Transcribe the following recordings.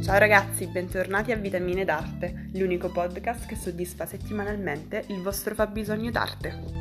Ciao ragazzi, bentornati a Vitamine d'Arte, l'unico podcast che soddisfa settimanalmente il vostro fabbisogno d'arte.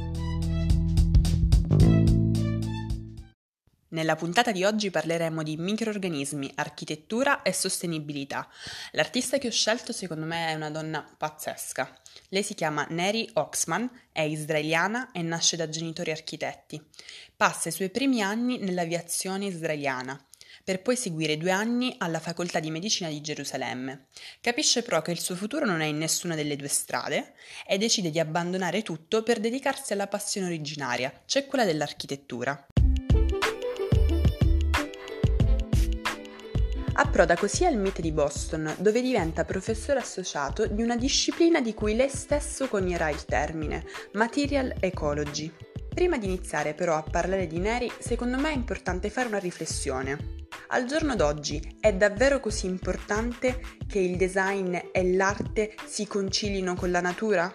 Nella puntata di oggi parleremo di microrganismi, architettura e sostenibilità. L'artista che ho scelto secondo me è una donna pazzesca. Lei si chiama Neri Oxman, è israeliana e nasce da genitori architetti. Passa i suoi primi anni nell'aviazione israeliana, per poi seguire 2 anni alla facoltà di medicina di Gerusalemme. Capisce però che il suo futuro non è in nessuna delle due strade e decide di abbandonare tutto per dedicarsi alla passione originaria, cioè quella dell'architettura. Approda così al MIT di Boston, dove diventa professore associato di una disciplina di cui lei stesso conierà il termine, Material Ecology. Prima di iniziare però a parlare di Neri, secondo me è importante fare una riflessione. Al giorno d'oggi è davvero così importante che il design e l'arte si concilino con la natura?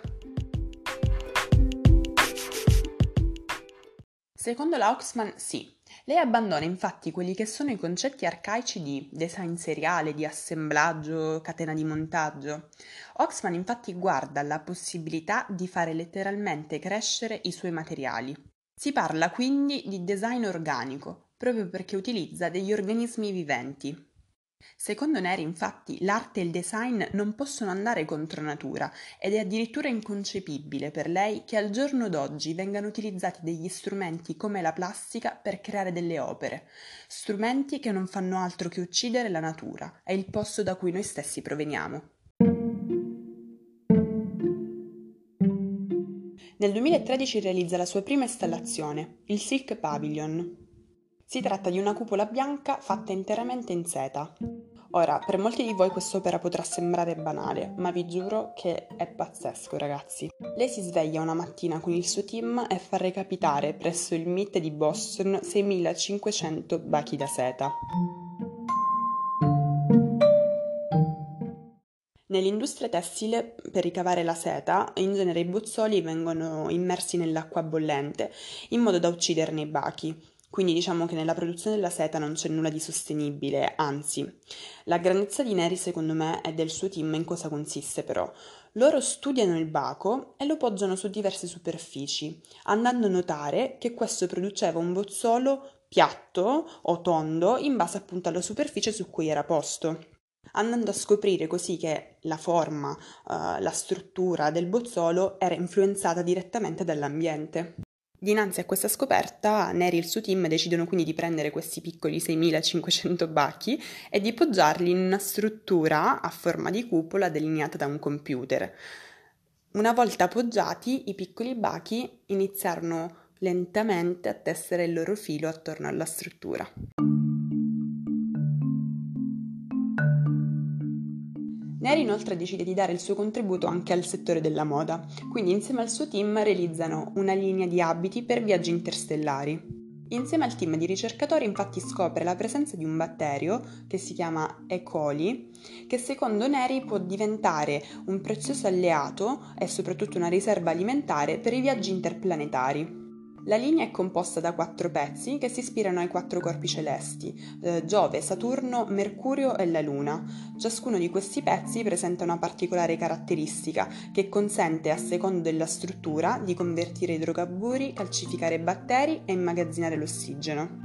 Secondo la Oxman sì. Lei abbandona infatti quelli che sono i concetti arcaici di design seriale, di assemblaggio, catena di montaggio. Oxman infatti guarda la possibilità di fare letteralmente crescere i suoi materiali. Si parla quindi di design organico, proprio perché utilizza degli organismi viventi. Secondo Neri, infatti, l'arte e il design non possono andare contro natura ed è addirittura inconcepibile per lei che al giorno d'oggi vengano utilizzati degli strumenti come la plastica per creare delle opere, strumenti che non fanno altro che uccidere la natura e il posto da cui noi stessi proveniamo. Nel 2013 realizza la sua prima installazione, il Silk Pavilion. Si tratta di una cupola bianca fatta interamente in seta. Ora, per molti di voi quest'opera potrà sembrare banale, ma vi giuro che è pazzesco, ragazzi. Lei si sveglia una mattina con il suo team e fa recapitare presso il MIT di Boston 6.500 bachi da seta. Nell'industria tessile, per ricavare la seta, in genere i bozzoli vengono immersi nell'acqua bollente, in modo da ucciderne i bachi. Quindi diciamo che nella produzione della seta non c'è nulla di sostenibile, anzi. La grandezza di Neri, secondo me, e del suo team in cosa consiste però. Loro studiano il baco e lo poggiano su diverse superfici, andando a notare che questo produceva un bozzolo piatto o tondo in base appunto alla superficie su cui era posto. Andando a scoprire così che la forma, la struttura del bozzolo era influenzata direttamente dall'ambiente. Dinanzi a questa scoperta, Neri e il suo team decidono quindi di prendere questi piccoli 6.500 bachi e di poggiarli in una struttura a forma di cupola delineata da un computer. Una volta poggiati, i piccoli bachi iniziarono lentamente a tessere il loro filo attorno alla struttura. Neri inoltre decide di dare il suo contributo anche al settore della moda, quindi insieme al suo team realizzano una linea di abiti per viaggi interstellari. Insieme al team di ricercatori infatti scopre la presenza di un batterio che si chiama E. coli, che secondo Neri può diventare un prezioso alleato e soprattutto una riserva alimentare per i viaggi interplanetari. La linea è composta da 4 pezzi che si ispirano ai 4 corpi celesti, Giove, Saturno, Mercurio e la Luna. Ciascuno di questi pezzi presenta una particolare caratteristica che consente, a seconda della struttura, di convertire idrocarburi, calcificare batteri e immagazzinare l'ossigeno.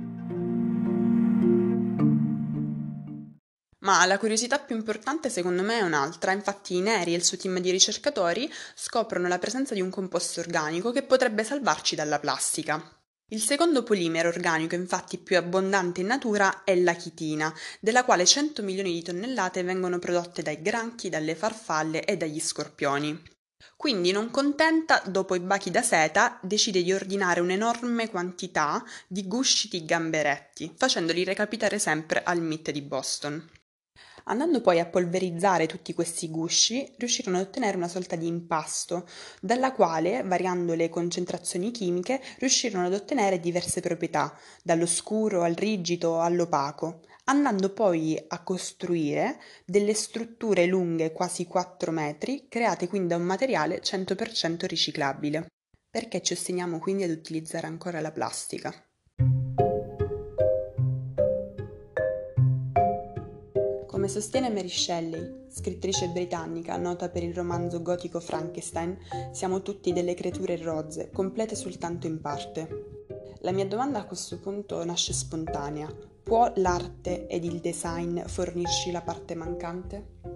Ma la curiosità più importante secondo me è un'altra, infatti Neri e il suo team di ricercatori scoprono la presenza di un composto organico che potrebbe salvarci dalla plastica. Il secondo polimero organico infatti più abbondante in natura è la chitina, della quale 100 milioni di tonnellate vengono prodotte dai granchi, dalle farfalle e dagli scorpioni. Quindi, non contenta, dopo i bachi da seta, decide di ordinare un'enorme quantità di gusci di gamberetti, facendoli recapitare sempre al MIT di Boston. Andando poi a polverizzare tutti questi gusci, riuscirono ad ottenere una sorta di impasto, dalla quale, variando le concentrazioni chimiche, riuscirono ad ottenere diverse proprietà, dallo scuro al rigido all'opaco, andando poi a costruire delle strutture lunghe quasi 4 metri, create quindi da un materiale 100% riciclabile. Perché ci ostiniamo quindi ad utilizzare ancora la Come Come sostiene Mary Shelley, scrittrice britannica nota per il romanzo gotico Frankenstein, siamo tutti delle creature rozze, complete soltanto in parte. La mia domanda a questo punto nasce spontanea. Può l'arte ed il design fornirci la parte mancante?